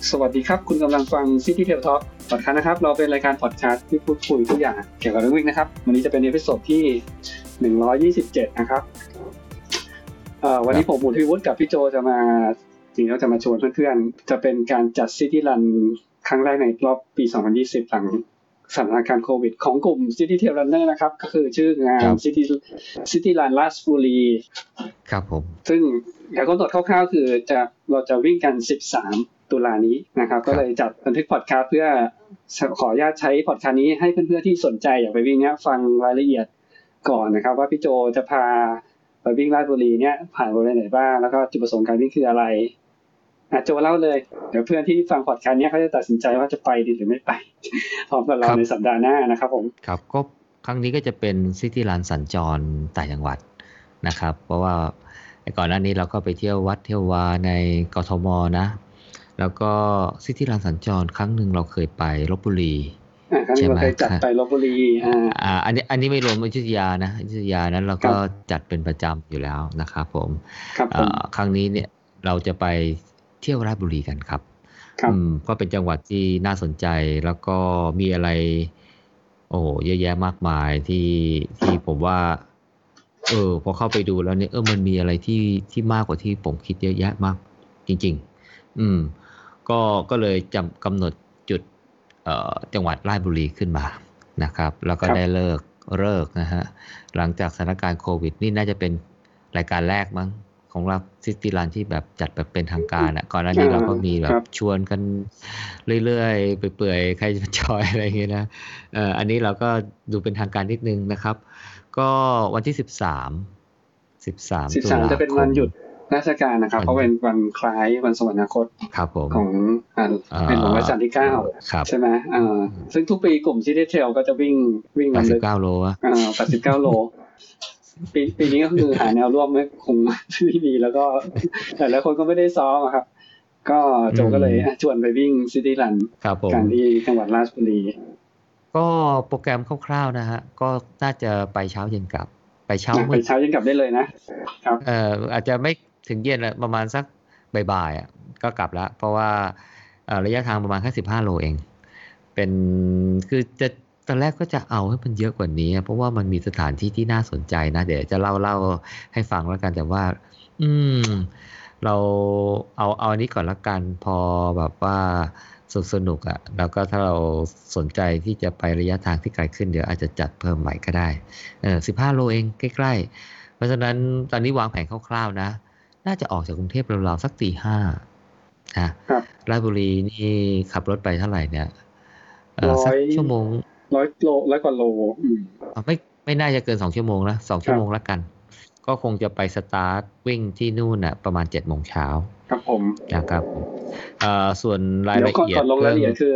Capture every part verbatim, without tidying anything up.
สวัสดีครับคุณกำลังฟัง City Tail Talk พอดคาสต์นะครับเราเป็นรายการพอดคาสต์ที่พูดคุยทุกอย่างเกี่ยวกับเรื่องวิ่งนะครับวันนี้จะเป็นเอพิโซดที่หนึ่งร้อยยี่สิบเจ็ดนะครับเอ่อวันนี้ผมหมูทวีวุฒิกับพี่โจจะมาจริงๆเราจะมาชวนเพื่อนๆจะเป็นการจัด City Run ครั้งแรกในรอบปีสองพันยี่สิบหลังสถานการณ์โควิดของกลุ่ม City Tail Runner นะครับก็คือชื่องาน City City Run ราชบุรีครับผมซึ่งอยากกำหนดคร่าวๆคือจะเราจะวิ่งกันสิบสามตุลานี้นะครับก็เลยจัดบันทึกพอดคาสต์เพื่อขออนุญาตใช้พอดคาสต์นี้ให้เพื่อนๆที่สนใจอยากไปวิ่งเนี้ยฟังรายละเอียดก่อนนะครับว่าพี่โจจะพาไปวิ่งราชบุรีเนี้ยผ่านบริเวณไหนบ้างแล้วก็จุดประสงค์การวิ่งคืออะไรอ่ะโจเล่าเลยเดี๋ยวเพื่อนที่ฟังพอดคาสต์เนี้ยเขาจะตัดสินใจว่าจะไปดีหรือไม่ไปพร้อมกับเราในสัปดาห์หน้านะครับผมครับก็ครั้งนี้ก็จะเป็นซิตี้รันสัญจรต่างจังหวัดนะครับเพราะว่าก่อนหน้านี้เราก็ไปเที่ยววัดเที่ยววาในกทมนะแล้วก็ซิตี้รันสัญจรครั้งหนึ่งเราเคยไปลพบุรีใช่ไหมเคยจัดไปลพบุรีอ่าอ่าอันนี้อันนี้ไม่รวมอยุธยานะอยุธยานั้นเราก็จัดเป็นประจำอยู่แล้วนะครับผมอ่าครั้งนี้เนี่ยเราจะไปเที่ยวราชบุรีกันครับอืมก็เป็นจังหวัดที่น่าสนใจแล้วก็มีอะไรโอ้เยอะแยะมากมายที่ที่ผมว่าเออพอเข้าไปดูแล้วเนี่ยเออมันมีอะไรที่ที่มากกว่าที่ผมคิดเยอะแยะมากจริงๆอืมก็ก็เลยจำกำหนดจุดเอ่อจังหวัดราชบุรีขึ้นมานะครับแล้วก็ได้เลิกเลิกนะฮะหลังจากสถานการณ์โควิดนี่น่าจะเป็นรายการแรกมั้งของเราซิตี้รันที่แบบจัดแบบเป็นทางการอ่ะก่อนหน้านี้เราก็มีแบบชวนกันเรื่อยๆเปื่อยๆใครจะจอยอะไรอย่างเงี้ยนะเอ่ออันนี้เราก็ดูเป็นทางการนิดนึงนะครับก็วันที่สิบสาม สิบสามตุลาคมจะเป็นวันหยุดราชการนะครับเพราะเป็นวันคล้ายวันสวรรคตของอ่าเป็นของรัชกาลที่เก้าใช่ไหมอ่าซึ่งทุกปีกลุ่ม City Trail ก็จะวิ่งวิ่งแปดสิบเก้าโลอ่ะอ่าแปดสิบเก้าโลปีปีนี้ก็คือหาแนวร่วมไม่คงไม่มีแล้วก็แต่ละคนก็ไม่ได้ซ้อมครับก็โจก็เลยชวนไปวิ่ง City Run กันที่จังหวัดราชบุรีก็โปรแกรมคร่าวๆนะฮะก็น่าจะไปเช้าเย็นกลับไปเช้ามืดไปเช้าเย็นกลับได้เลยนะครับเอ่ออาจจะไม่ถึงเย็นประมาณสักบ่ายๆอ่ะก็กลับแล้วเพราะว่าระยะทางประมาณแค่สิบห้าโลเองเป็นคือจะตอนแรกก็จะเอาให้มันเยอะกว่านี้เพราะว่ามันมีสถานที่ที่น่าสนใจนะเดี๋ยวจะเล่าเล่าให้ฟังแล้วกันแต่ว่าอืมเราเอาเอาอันนี้ก่อนละกันพอแบบว่าสนุกอ่ะแล้วก็ถ้าเราสนใจที่จะไประยะทางที่ไกลขึ้นเดี๋ยวอาจจะจัดเพิ่มใหม่ก็ได้เออสิบห้าโลเองใกล้ๆเพราะฉะนั้นตอนนี้วางแผนคร่าวๆนะน่าจะออกจากกรุงเทพราวๆสักตีห้านะราชบุรีนี่ขับรถไปเท่าไหร่เนี่ยเออสักชั่วโมงร้อยโลร้อยกว่าโลอืมไม่ไม่น่าจะเกินสองชั่วโมงนะสองชั่วโมงละกันก็คงจะไปสตาร์ทวิ่งที่นู่นน่ะประมาณ เจ็ดโมงเช้าครับผมนะครับเอ่อส่วนรายละเอียดก่อนลงรายละเอียดคือ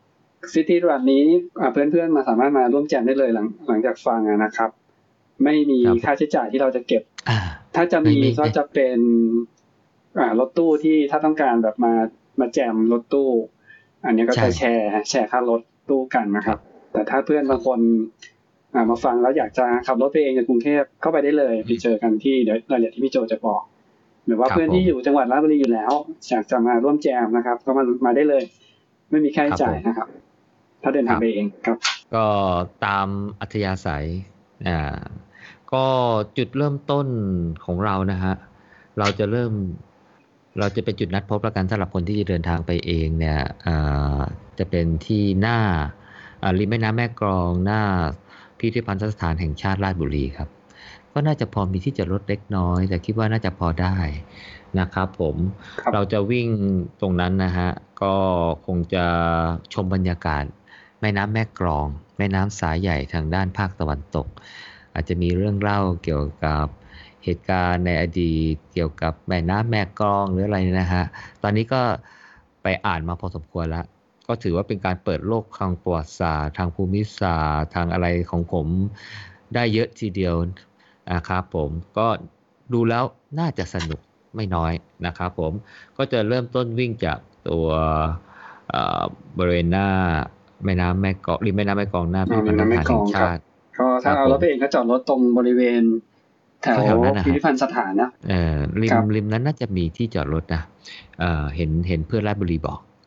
City Run นี้เพื่อนๆมาสามารถมาร่วมแจมได้เลยหลังหลังจากฟังนะครับไม่มีค่าใช้จ่ายที่เราจะเก็บถ้าจะมีก็จะเป็นอ่ารถตู้ที่ถ้าต้องการแบบมามาแจมรถตู้อันนี้ก็จะแชร์แชร์ค่ารถตู้กันนะครับแต่ถ้าเพื่อนบางคนอ่ามาฟังแล้วอยากจะขับรถไปเองจากกรุงเทพเข้าไปได้เลยไปเจอกันที่เดี๋ยวรายละเอียดที่พี่โจจะบอกหรือว่าเพื่อนที่อยู่จังหวัดราชบุรีอยู่แล้วอยากจะมาร่วมแจมนะครับก็มามาได้เลยไม่มีค่าใช้จ่ายนะครับถ้าเดินทางไปเองครับก็ตามอัธยาศัยอ่าก็จุดเริ่มต้นของเรานะฮะเราจะเริ่มเราจะเป็นจุดนัดพบแล้วกันสำหรับคนที่จะเดินทางไปเองเนี่ยอ่าจะเป็นที่หน้าริมแม่น้ำแม่กลองหน้าพิพิธภัณฑสถานแห่งชาติราชบุรีครับก็น่าจะพอมีที่จอดรถเล็กน้อยแต่คิดว่าน่าจะพอได้นะครับผมเราจะวิ่งตรงนั้นนะฮะก็คงจะชมบรรยากาศแม่น้ำแม่กลองแม่น้ำสายใหญ่ทางด้านภาคตะวันตกอาจจะมีเรื่องเล่าเกี่ยวกับเหตุการณ์ในอดีตเกี่ยวกับแม่น้ำแม่กลองหรืออะไรนะฮะตอนนี้ก็ไปอ่านมาพอสมควรแล้วก็ถือว่าเป็นการเปิดโลกทางประวัติศาสตร์ทางภูมิศาสตร์ทางอะไรของผมได้เยอะทีเดียวนะครับผมก็ดูแล้วน่าจะสนุกไม่น้อยนะครับผมก็จะเริ่มต้นวิ่งจากตัวบริเวณหน้าแม่น้ำแม่กลองริมแม่น้ำแม่กลองหน้าพิพิธภัณฑ์แห่งชาติก็ถ้าเอารถไปเองก็จอดรถตรงบริเวณแถวพิพิธภัณฑ์สถานนะเออริมริมนั้นน่าจะมีที่จอดรถนะเออเห็นเห็นเพื่อนราชบุรีบอก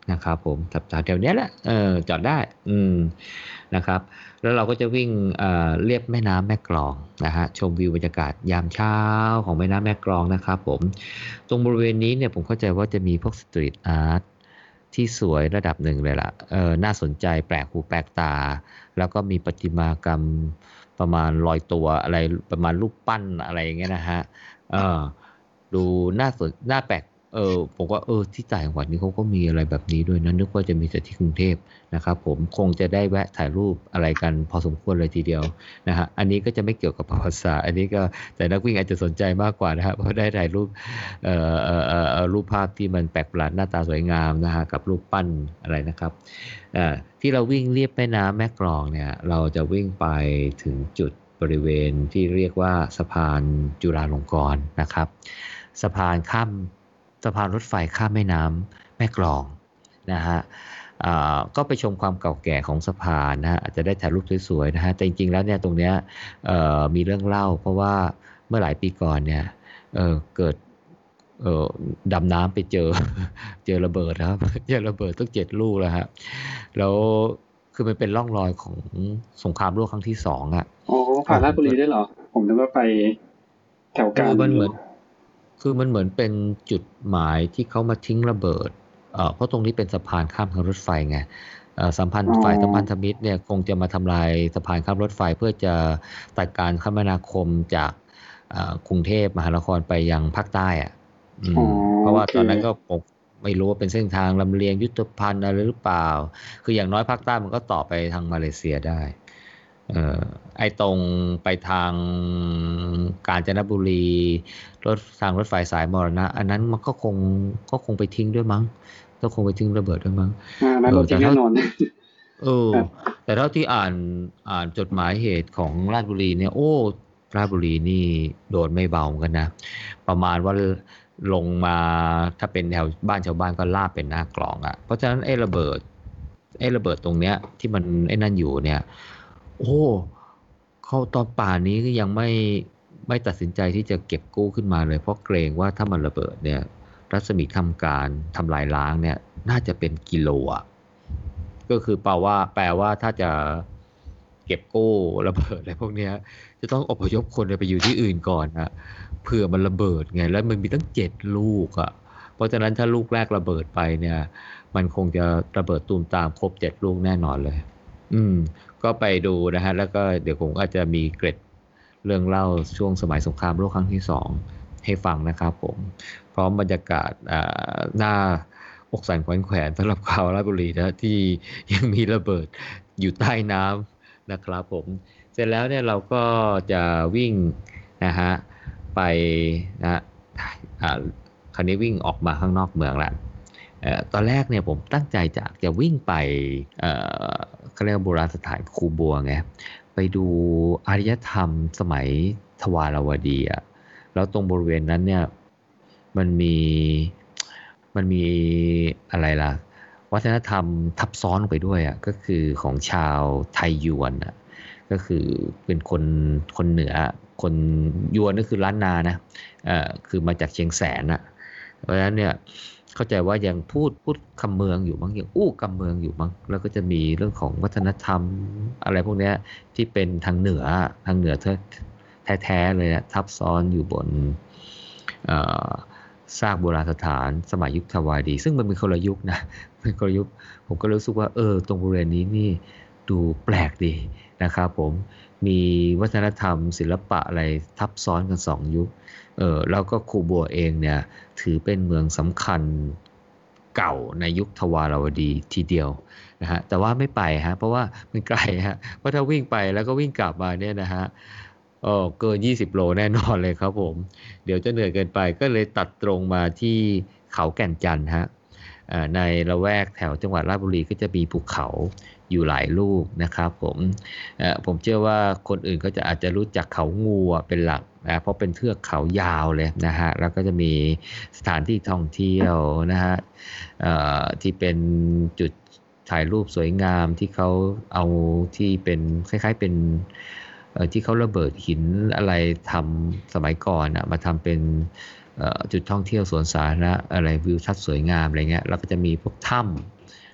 นะครับผมแถวๆเนี้ยแหละเออจอดได้อืมนะครับแล้วเราก็จะวิ่งเอ่อเลียบแม่น้ำแม่กลองนะฮะชมวิวบรรยากาศยามเช้าของแม่น้ำแม่กลองนะครับผมตรงบริเวณนี้เนี่ยผมเข้าใจว่าจะมีพวกสตรีทอาร์ตที่สวยระดับหนึ่งเลยล่ะเออน่าสนใจแปลกหูแปลกตาแล้วก็มีประติมากรรมประมาณลอยตัวอะไรประมาณรูปปั้นอะไรอย่างเงี้ยนะฮะเออดูน่าสนน่าแปลก เออผมว่าเออที่ต่างจังหวัดนี้เขาก็มีอะไรแบบนี้ด้วยนะนึกว่าจะมีแต่ที่กรุงเทพนะครับผมคงจะได้แวะถ่ายรูปอะไรกันพอสมควรเลยทีเดียวนะฮะอันนี้ก็จะไม่เกี่ยวกับประวัติศาสตร์อันนี้ก็แต่นักวิ่งอาจจะสนใจมากกว่านะครับเพราะได้ถ่ายรูปเอ่อเอ่อเอ่อเอ่อรูปภาพที่มันแปลกประหลาดหน้าตาสวยงามนะฮะกับรูปปั้นอะไรนะครับอ่าที่เราวิ่งเลียบแม่น้ำแม่กลองเนี่ยเราจะวิ่งไปถึงจุดบริเวณที่เรียกว่าสะพานจุฬาลงกรณ์นะครับสะพานข้ามสะพานรถไฟข้ามแม่น้ำแม่กลองนะฮะอ่าก็ไปชมความเก่าแก่ของสะพานนะฮะอาจจะได้ถ่ายรูปสวยๆนะฮะแต่จริงๆแล้วเนี่ยตรงเนี้ยเอ่อมีเรื่องเล่าเพราะว่าเมื่อหลายปีก่อนเนี่ยเอ่อเกิดเอ่อดำน้ำไปเจอเจอระเบิดนะครับเจอระเบิดตั้งเจ็ดลูกแล้วฮะแล้วคือมันเป็นร่องรอยของสงครามโลกครั้งที่สองอ่ะอ๋อผ่านราชบุรีได้เหรอผมนึกว่าไปแถวการคือมันเหมือนคือมันเหมือนเป็นจุดหมายที่เขามาทิ้งระเบิดเอ่อเพราะตรงนี้เป็นสะพานข้ามทางรถไฟไงเอ่อสัมพันธ์ฝ่ายสัมพันธมิตรเนี่ยคงจะมาทำลายสะพานข้ามรถไฟเพื่อจะตัดการคมนาคมจากเอ่อกรุงเทพมหานครไปยังภาคใต้อ่ะอืมเพราะว่าตอนนั้นก็ผมไม่รู้ว่าเป็นเส้นทางลำเลียงยุทธภัณฑ์อะไรหรือเปล่าคืออย่างน้อยภาคใต้มันก็ต่อไปทางมาเลเซียได้เอ่อไอ้ตรงไปทางกาญจนบุรีรถทางรถไฟสายมรณะอันนั้นมันก็คงก็คงไปทิ้งด้วยมั้งก็คงไปทิ้งระเบิดด้วยมั้งอ่านั่นรถจริงแน่นอนเออแต่เท่าที่อ่านอ่านจดหมายเหตุของราชบุรีเนี่ยโอ้ราชบุรีนี่โดนไม่เบาเหมือนกันนะประมาณว่าลงมาถ้าเป็นแถวบ้านชาวบ้านก็ลาบเป็นหน้ากลองอ่ะเพราะฉะนั้นไอ้ระเบิดไอ้ระเบิดตรงเนี้ยที่มันไอ้นั่นอยู่เนี่ยโอ้เขาตอนป่านนี้ก็ยังไม่ไม่ตัดสินใจที่จะเก็บกู้ขึ้นมาเลยเพราะเกรงว่าถ้ามันระเบิดเนี่ยรัศมีทำการทำลายล้างเนี่ยน่าจะเป็นกิโลอ่ะ ก็คือแปลว่าแปลว่าถ้าจะเก็บกู้ระเบิดอะไรพวกเนี้ยจะต้องอพยพคนไปอยู่ที่อื่นก่อนนะเผื่อมันระเบิดไงแล้วมันมีตั้งเจ็ดลูกอ่ะเพราะฉะนั้นถ้าลูกแรกระเบิดไปเนี่ยมันคงจะระเบิดตูมตามครบเจ็ดลูกแน่นอนเลยอืมก็ไปดูนะฮะแล้วก็เดี๋ยวผมอาจจะมีเกร็ดเรื่องเล่าช่วงสมัยสงครามโลกครั้งที่สองให้ฟังนะครับผมพร้อมบรรยากาศอ่าหน้า อกสั่นขวัญแขวนสำหรับชาวราชบุรีนะที่ยังมีระเบิดอยู่ใต้น้ำนะครับผมเสร็จแล้วเนี่ยเราก็จะวิ่งนะฮะไปนะอ่าคราวนี้วิ่งออกมาข้างนอกเมืองละเอ่อตอนแรกเนี่ยผมตั้งใจจะจะวิ่งไปเอ่อเขาเรียกว่าโบราณสถานคูบัวไงไปดูอารยธรรมสมัยทวารวดีอ่ะแล้วตรงบริเวณนั้นเนี่ยมันมี มันมีอะไรล่ะวัฒนธรรมทับซ้อนลงไปด้วยอ่ะก็คือของชาวไทยยวนอ่ะก็คือเป็นคนคนเหนือคนยวนก็คือล้านนานะเอ่อคือมาจากเชียงแสนอ่ะเพราะฉะนั้นเนี่ยเข้าใจว่ายังพูดพูดคำเมืองอยู่มั้งยังอู้คำเมืองอยู่มั้งแล้วก็จะมีเรื่องของวัฒนธรรมอะไรพวกเนี้ยที่เป็นทางเหนือทางเหนือแท้ๆเลยนะทับซ้อนอยู่บนเอ่อ ซากโบราณสถานสมัยยุคทวารดีซึ่งมันเป็นคนละยุคนะเป็นคนละยุคผมก็รู้สึกว่าเออตรงบริเวณนี้นี่ดูแปลกดีนะครับผมมีวัฒนธรรมศิลปะอะไรทับซ้อนกันสองยุคเออแล้วก็คูบัวเองเนี่ยถือเป็นเมืองสำคัญเก่าในยุคทวารวดีทีเดียวนะฮะแต่ว่าไม่ไปฮะเพราะว่ามันไกลฮะเพราะถ้าวิ่งไปแล้วก็วิ่งกลับมาเนี่ยนะฮะเออเกินยี่สิบโลแน่นอนเลยครับผมเดี๋ยวจะเหนื่อยเกินไปก็เลยตัดตรงมาที่เขาแก่นจันทร์ฮะในละแวกแถวจังหวัดราชบุรีก็จะมีภูเขาอยู่หลายลูกนะครับผมผมเชื่อว่าคนอื่นก็จะอาจจะรู้จักเขางูเป็นหลักนะเพราะเป็นเทือกเขายาวเลยนะฮะแล้วก็จะมีสถานที่ท่องเที่ยวนะฮะที่เป็นจุดถ่ายรูปสวยงามที่เขาเอาที่เป็นคล้ายๆเป็นที่เขาระเบิดหินอะไรทำสมัยก่อนมาทำเป็นจุดท่องเที่ยวสวนสาธารณะอะไรวิวทัศน์สวยงามอะไรเงี้ยแล้วก็จะมีพวกถ้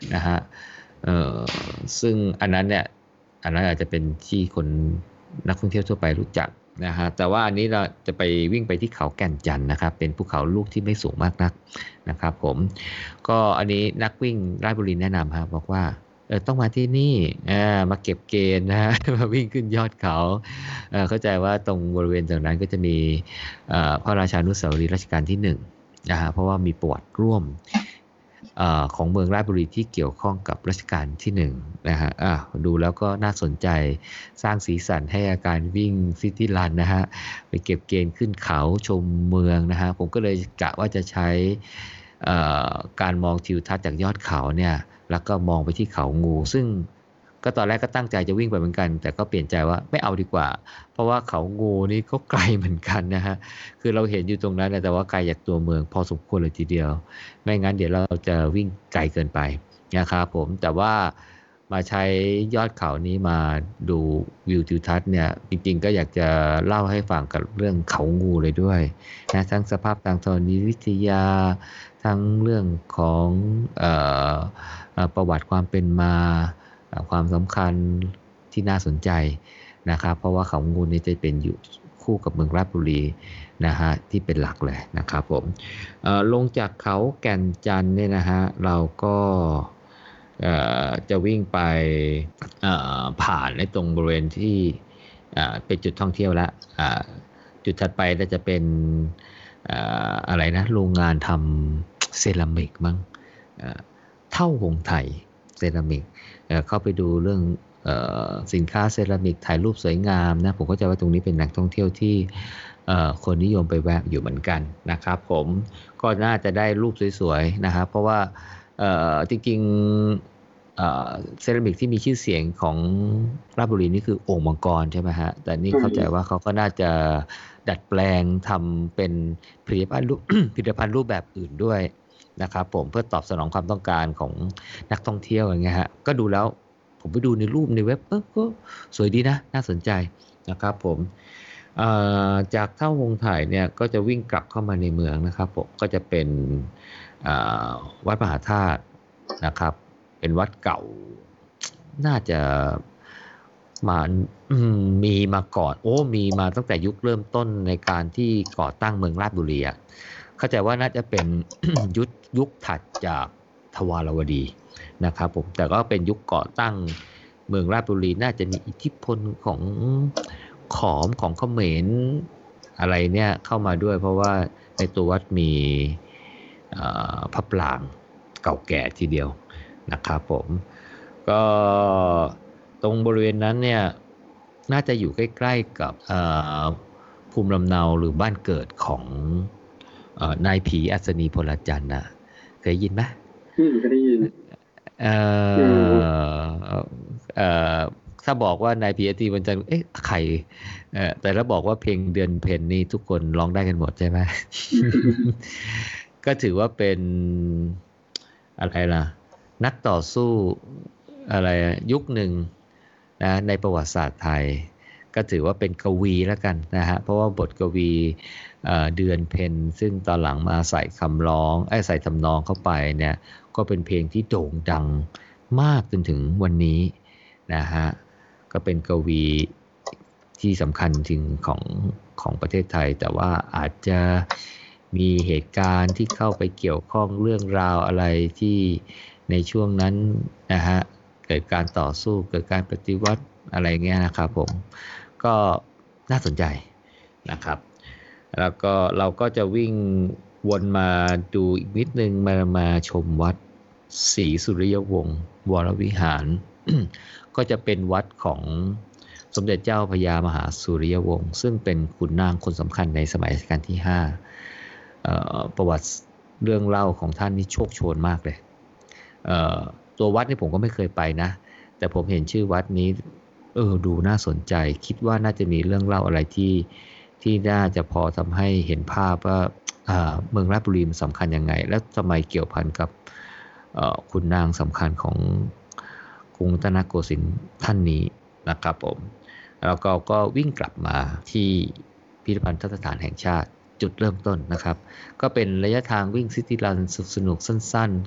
นะฮะเอ่อซึ่งอันนั้นเนี่ยอันนั้นอาจจะเป็นที่คนนักท่องเที่ยวทั่วไปรู้จักนะฮะแต่ว่าอันนี้เราจะไปวิ่งไปที่เขาแก่นจันทน์นะครับเป็นภูเขาลูกที่ไม่สูงมากนักนะครับผมก็อันนี้นักวิ่งราชบุรีแนะนำครับบอกว่าเออต้องมาที่นี่มาเก็บเกณฑ์นะฮะมาวิ่งขึ้นยอดเขาเออเข้าใจว่าตรงบริเวณตรงนั้นก็จะมีพระราชานุสาวรีย์รัชกาลที่หนึ่งนะฮะเพราะว่ามีประวัติร่วมของเมืองราชบุรีที่เกี่ยวข้องกับรัชกาลที่หนึ่งนะฮะดูแล้วก็น่าสนใจสร้างสีสันให้อาการวิ่งซิตี้รันนะฮะไปเก็บเกณฑ์ขึ้นเขาชมเมืองนะฮะผมก็เลยกะว่าจะใช้การมองทิวทัศน์จากยอดเขาเนี่ยแล้วก็มองไปที่เขางูซึ่งก็ตอนแรกก็ตั้งใจจะวิ่งไปเหมือนกันแต่ก็เปลี่ยนใจว่าไม่เอาดีกว่าเพราะว่าเขางูนี่ก็ไกลเหมือนกันนะฮะคือเราเห็นอยู่ตรงนั้นแต่ว่าไกลจากตัวเมืองพอสมควรเลยทีเดียวไม่งั้นเดี๋ยวเราจะวิ่งไกลเกินไปนะครับผมแต่ว่ามาใช้ยอดเขานี้มาดูวิวทิวทัศน์เนี่ยจริงๆก็อยากจะเล่าให้ฟังกับเรื่องเขางูเลยด้วยนะทั้งสภาพทางธรณีวิทยาทั้งเรื่องของเอ่อประวัติความเป็นมาความสำคัญที่น่าสนใจนะครับเพราะว่าเขางูนี่จะเป็นอยู่คู่กับเมืองราชบุรีนะฮะที่เป็นหลักเลยนะครับผมลงจากเขาแก่นจันทน์เนี่ยนะฮะเราก็จะวิ่งไปผ่านในตรงบริเวณที่เป็นจุดท่องเที่ยวแล้วจุดถัดไปก็จะเป็นอะไรนะโรงงานทำเซรามิกมั้งเท่าหงไทยเซรามิกเข้าไปดูเรื่องสินค้าเซรามิกถ่ายรูปสวยงามนะผมก็จะว่าตรงนี้เป็นแหล่งท่องเที่ยวที่คนนิยมไปแวะอยู่เหมือนกันนะครับผมก็น่าจะได้รูปสวยๆนะครับเพราะว่าจริงๆเซรามิกที่มีชื่อเสียงของราชบุรีนี่คือโอ่งมังกรใช่ไหมฮะแต่นี่เข้าใจว่าเขาก็น่าจะดัดแปลงทำเป็นผลิตภัณฑ์รูป ผลิตภัณฑ์รูปแบบอื่นด้วยนะครับผมเพื่อตอบสนองความต้องการของนักท่องเที่ยวอย่างเงี้ยฮะก็ดูแล้วผมไปดูในรูปในเว็บเออก็สวยดีนะน่าสนใจนะครับผมจากเท่าวงไถ่เนี่ยก็จะวิ่งกลับเข้ามาในเมืองนะครับผมก็จะเป็นวัดมหาธาตุนะครับเป็นวัดเก่าน่าจะมามีมาก่อนโอ้มีมาตั้งแต่ยุคเริ่มต้นในการที่ก่อตั้งเมืองราชบุรีอ่ะเข้าใจว่าน่าจะเป็น ยุคยุคถัดจากทวารวดีนะครับผมแต่ก็เป็นยุคก่อตั้งเมืองราชบุรีน่าจะมีอิทธิพลของขอมของเขมรอะไรเนี่ยเข้ามาด้วยเพราะว่าในตัววัดมีพระปรางเก่าแก่ทีเดียวนะครับผมก็ตรงบริเวณนั้นเนี่ยน่าจะอยู่ใกล้ๆกับภูมิลำเนาหรือบ้านเกิดของนายผีอัศนีพลจันทร์นะเคยยินไหมอืมเคยได้ยินเอ่อเอ่อถ้าบอกว่านายผีอัศนีพลจันทร์เอ๊ะใครเอ่อแต่ถ้าบอกว่าเพลงเดือนเพ็ญนี่ทุกคนร้องได้กันหมดใช่ไหม ก็ถือว่าเป็นอะไรล่ะนักต่อสู้อะไรยุคหนึ่งนะในประวัติศาสตร์ไทยก็ถือว่าเป็นกวีแล้วกันนะฮะเพราะว่าบทกวีเอ่อเดือนเพ็ญซึ่งตอนหลังมาใส่คำร้องไอ้ใส่ทำนองเข้าไปเนี่ยก็เป็นเพลงที่โด่งดังมากจนถึงวันนี้นะฮะก็เป็นกวีที่สำคัญจริงของของประเทศไทยแต่ว่าอาจจะมีเหตุการณ์ที่เข้าไปเกี่ยวข้องเรื่องราวอะไรที่ในช่วงนั้นนะฮะเกิดการต่อสู้เกิดการปฏิวัติอะไรเงี้ยนะครับผมก็น่าสนใจนะครับแล้วก็เราก็จะวิ่งวนมาดูอีกนิดนึงมามาชมวัดศรีสุริยวงศ์วรวิหาร ก็จะเป็นวัดของสมเด็จเจ้าพระยามหาสุริยวงศ์ซึ่งเป็นขุนนางคนสำคัญในสมัยรัชกาลที่ห้าประวัติเรื่องเล่าของท่านนี่โชคโชนมากเลยตัววัดนี่ผมก็ไม่เคยไปนะแต่ผมเห็นชื่อวัดนี้เออดูน่าสนใจคิดว่าน่าจะมีเรื่องเล่าอะไรที่ที่น่าจะพอทำให้เห็นภาพว่าเมืองราชบุรีมันสำคัญยังไงและทำไมเกี่ยวพันกับขุนนางสำคัญของกรุงรัตนโกสินทร์ท่านนี้นะครับผมแล้วก็ก็วิ่งกลับมาที่พิพิธภัณฑ์สถานแห่งชาติจุดเริ่มต้นนะครับก็เป็นระยะทางวิ่งซิตี้รันสนุกสั้น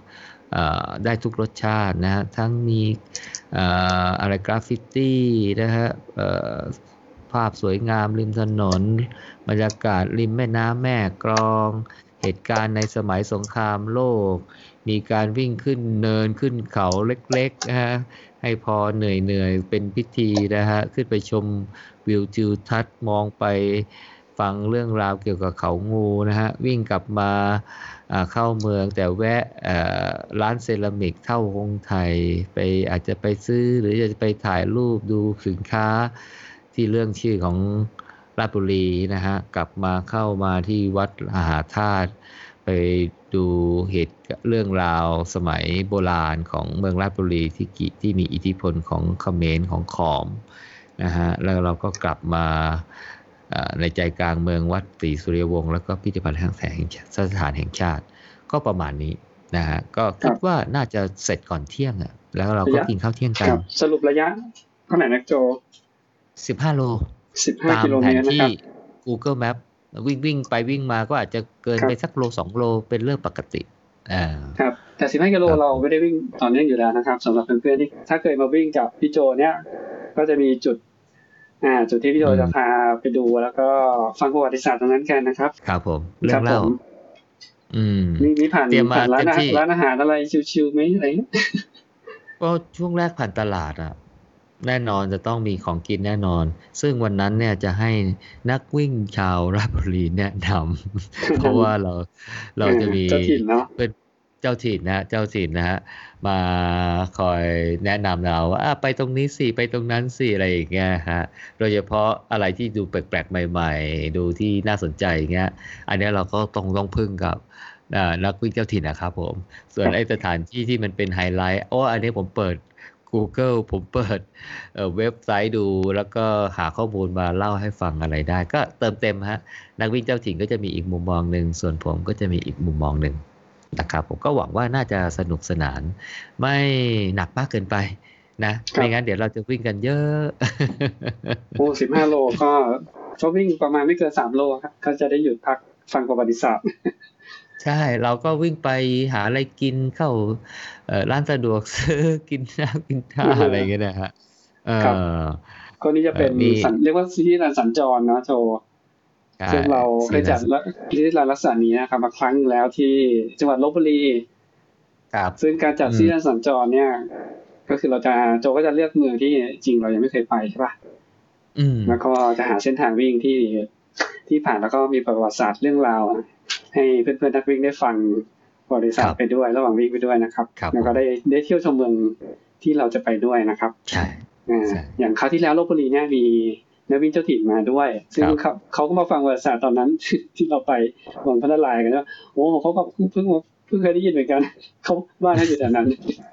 ได้ทุกรสชาตินะฮะทั้งมีอะไรกราฟฟิตี้นะฮะภาพสวยงามริมถนนบรรยากาศริมแม่น้ำแม่กลองเหตุการณ์ในสมัยสงครามโลกมีการวิ่งขึ้นเนินขึ้นเขาเล็กๆนะฮะให้พอเหนื่อยๆเป็นพิธีนะฮะขึ้นไปชมวิวทิวทัศน์มองไปฟังเรื่องราวเกี่ยวกับเขางูนะฮะวิ่งกลับมาเข้าเมืองแต่แวะร้านเซรามิกเท่าคงไทยไปอาจจะไปซื้อหรือจะไปถ่ายรูปดูสินค้าที่เรื่องชื่อของราชบุรีนะฮะกลับมาเข้ามาที่วัดมหาธาตุไปดูเหตุเรื่องราวสมัยโบราณของเมืองราชบุรีที่ที่มีอิทธิพลของเขมรของขอมนะฮะแล้วเราก็กลับมาในใจกลางเมืองวัดศรีสุริยวงศ์แล้วก็พิพิธภัณฑ์แห่งสถานแห่งชาติก็ประมาณนี้นะฮะก็คิดว่าน่าจะเสร็จก่อนเที่ยงอ่ะแล้วเราก็กินข้าวเที่ยงกันสรุประยะเท่าไหร่นะโจสิบห้าโลสิบห้ากิโลเมตรนะครับ Google Map วิ่งวิ่งไปวิ่งมาก็อาจจะเกินไปสักโลสองโลเป็นเรื่องปกติอ่าครับแต่สิบห้ากิโลเราไม่ได้วิ่งต่อเนื่องอยู่แล้วนะครับสำหรับเพื่อนๆที่ถ้าเคยมาวิ่งกับพี่โจเนี่ยก็จะมีจุดอ่าจุดที่พี่โจจะพาไปดูแล้วก็ฟังประวัติศาสตร์ตรงนั้นกันนะครับครับผมเรื่องเล่าอืมมีมีผ่านผ่านร้านอาหารร้านอาหารอะไรชิวๆไหมอะไรก็ช่วงแรกผ่านตลาดอ่ะแน่นอนจะต้องมีของกินแน่นอนซึ่งวันนั้นเนี่ยจะให้นักวิ่งชาวราชบุรีแนะนำเพราะว่าเราเราจะมีเป็นเจ้าถิ่นนะเจ้าถิ่นนะฮะมาคอยแนะนำเราว่าไปตรงนี้สิไปตรงนั้นสิอะไรอย่างเงี้ยฮะโดยเฉพาะอะไรที่ดูแปลกๆใหม่ๆดูที่น่าสนใจอย่างเงี้ยอันนี้เราก็ต้องต้องพึ่งกับนักวิ่งเจ้าถิ่นนะครับผมส่วนไอ้สถานที่ที่มันเป็นไฮไลท์โอ้อันนี้ผมเปิดGoogle ผมเปิด เ, เว็บไซต์ดูแล้วก็หาข้อมูลมาเล่าให้ฟังอะไรได้ก็เติมเต็มฮะนักวิ่งเจ้าถิ่นก็จะมีอีกมุมมองหนึ่งส่วนผมก็จะมีอีกมุมมองหนึ่งนะครับผมก็หวังว่าน่าจะสนุกสนานไม่หนักมากเกินไปนะไม่งั้นเดี๋ยวเราจะวิ่งกันเยอะโอ้สิบห้าโลก็เขาวิ่งประมาณไม่เกินสามโลครับก็จะได้หยุดพักฟังประวัติศาสตร์ใช่เราก็วิ่งไปหาอะไรกินเข้าร้านสะดวกซื้อกินน้ำกินท่าอะไรอย่างเงี้ยนะฮะก็นี่จะเป็นเรียกว่าที่ร้านสัญจรเนาะโชว์ซึ่งเราเคยจัดที่ร้านลักษณะนี้นะครับมาครั้งแล้วที่จังหวัดลพบุรีซึ่งการจัดที่ร้านสัญจรเนี่ยก็คือเราจะโจก็จะเลือกเมืองที่จริงเรายังไม่เคยไปใช่ป่ะแล้วก็จะหาเส้นทางวิ่งที่ที่ผ่านแล้วก็มีประวัติศาสตร์เรื่องราวให้เพื่อนๆนักวิ่งได้ฟังประวัติศาสตร์ไปด้วยระหว่างวิ่งไปด้วยนะครับแล้วก็ได้ได้เที่ยวชมเมืองที่เราจะไปด้วยนะครับใช่อย่างคราวที่แล้วลพบุรีเนี่ยมีนักวิ่งเจ้าถิ่นมาด้วยซึ่งเขาเขาก็มาฟังประวัติศาสตร์ตอนนั้นที่เราไปวังพระนารายณ์กันว่าโอ้เขาก็เพิ่งเพิ่งเคยได้ยินเหมือนกันเขาว่าให้อยู่แต่นั้น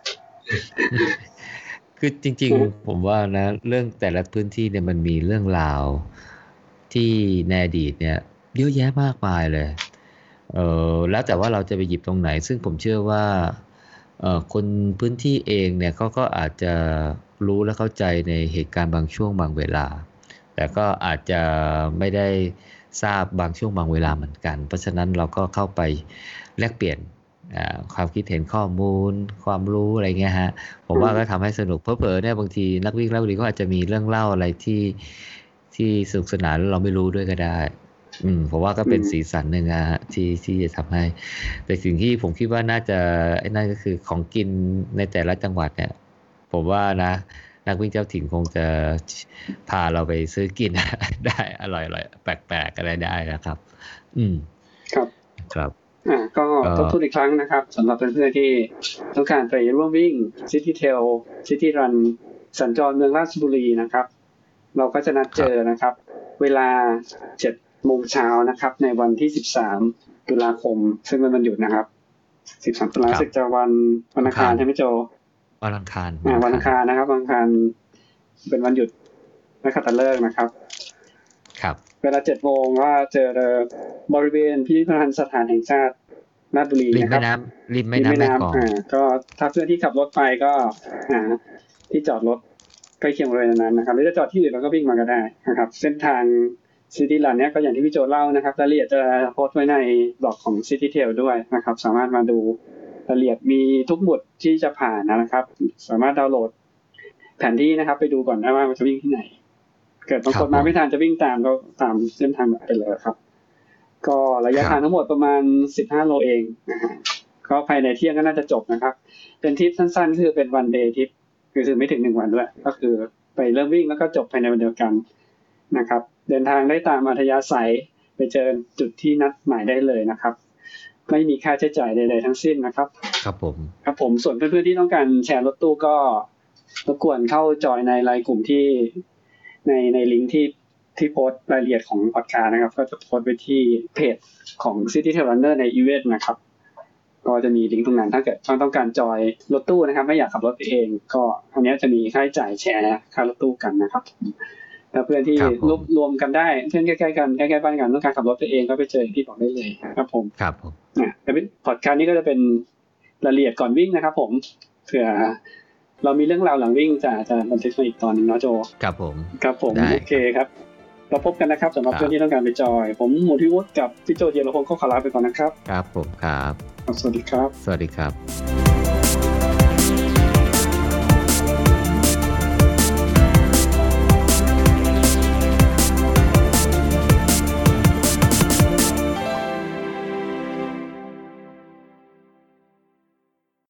คือจริงๆผมว่านะเรื่องแต่ละพื้นที่เนี่ยมันมีเรื่องราวที่ในอดีตเนี่ยเยอะแยะมากมายเลยเออแล้วแต่ว่าเราจะไปหยิบตรงไหนซึ่งผมเชื่อว่าเออคนพื้นที่เองเนี่ยเขาก็อาจจะรู้และเข้าใจในเหตุการณ์บางช่วงบางเวลาแต่ก็อาจจะไม่ได้ทราบบางช่วงบางเวลาเหมือนกันเพราะฉะนั้นเราก็เข้าไปแลกเปลี่ยนความคิดเห็นข้อมูลความรู้อะไรเงี้ยฮะผมว่าก็ทำให้สนุกเพอเพอเนี่ยบางทีนักวิ่งราชบุรีก็อาจจะมีเรื่องเล่าอะไรที่ที่สนุกสนานเราไม่รู้ด้วยก็ได้อืมผมว่าก็เป็นสีสันหนึ่งอะที่ที่จะทำให้แต่สิ่งที่ผมคิดว่าน่าจะไอ้นั่นก็คือของกินในแต่ละจังหวัดเนี่ยผมว่านะนักวิ่งเจ้าถิ่นคงจะพาเราไปซื้อกินได้อร่อยๆแปลกๆอะไรได้นะครับอืมครับครับอ่าก็ทบทวนอีกครั้งนะครับสำหรับเพื่อนๆที่ต้องการไปร่วมวิ่ง City Trail City Run สัญจรเมืองราชบุรีนะครับเราก็จะนัดเจอนะครับเวลา เจ็ดโมงเช้านะครับในวันที่สิบสามตุลาคมซึ่งเป็นวันหยุดนะครับสิบสามตุลาคมจะวันวันอังคารใช่ไหมโจวันอังคารอ่าวันอังคารนะครับวันอังคารเป็นวันหยุดนักขัตฤกษ์นะครับครับเวลา เจ็ดโมงก็เจอบริเวณพิพิธภัณฑ์สถานแห่งชาติราชบุรีนะครับริมแม่น้ำริมแม่น้ำแม่กลองอ่าก็ถ้าเพื่อนที่ขับรถไปก็หาที่จอดรถใกล้เคียงบริเวณนั้นนะครับหรือจะจอดที่อื่นแล้วก็วิ่งมาก็ได้นะครับเส้นทางซิตี้รันเนี้ยก็อย่างที่พี่โจเล่านะครับรายละเอียดจะโพสต์ไว้ในบล็อกของ City Trail ด้วยนะครับสามารถมาดูรายละเอียดมีทุกหมุดที่จะผ่านนะครับ สามารถดาวน์โหลดแผนที่นะครับไปดูก่อนได้ว่ามันจะวิ่งที่ไหนเกิดบางคนมาไม่ทันจะวิ่งตามก็ตามเส้นทางไปเลยครับก็ระยะทางทั้งหมดประมาณสิบห้าโลเองนะฮะก็ภายในเที่ยงก็น่าจะจบนะครับเป็นทริปสั้นๆคือเป็นวันเดย์ทริปคือไม่ถึงหนึ่งวันด้วยก็คือไปเริ่มวิ่งแล้วก็จบภายในวันเดียวกันนะครับเดินทางได้ตามอัธยาศัยไปเจอจุดที่นัดหมายได้เลยนะครับไม่มีค่าใช้จ่ายใดๆทั้งสิ้นนะครับครับผมครับผมส่วนเพื่อนๆที่ต้องการแชร์รถตู้ก็รบกวนเข้าจอยในไลน์กลุ่มที่ในในลิงก์ที่ที่โพสต์รายละเอียดของพอดคาสต์นะครับก็จะโพสต์ไว้ที่เพจของ City Trail Runner ในอีเวนต์นะครับก็จะมีลิงก์ตรงนั้นถ้าเกิดต้องการจอยรถตู้นะครับไม่อยากขับรถเองก็อันนี้จะมีค่าใช้จ่ายแชร์ค่ารถตู้กันนะครับถ้าเพื่อนที่รวบรวมกันได้เพื่อนใกล้ๆกันใกล้ๆบ้านกันต้องการขับรถเองก็ไปเจอที่บอกได้เลยครับผมครับผมอ่ะแล้วพอดคาสต์นี้ก็จะเป็นรายละเอียดก่อนวิ่งนะครับผมเผื่อเรามีเรื่องราวหลังวิ่งจะจะบันทึกมาอีกตอนนึงเนาะโจครับผมครับผมโอเคครับเราพบกันนะครับสำหรับเพื่อนที่ต้องการไปจอยผมหมูทิวุฒิกับพี่โจเจียรพงศ์ก็ขอลาไปก่อนนะครับครับผมครับสวัสดีครับสวัสดีครับ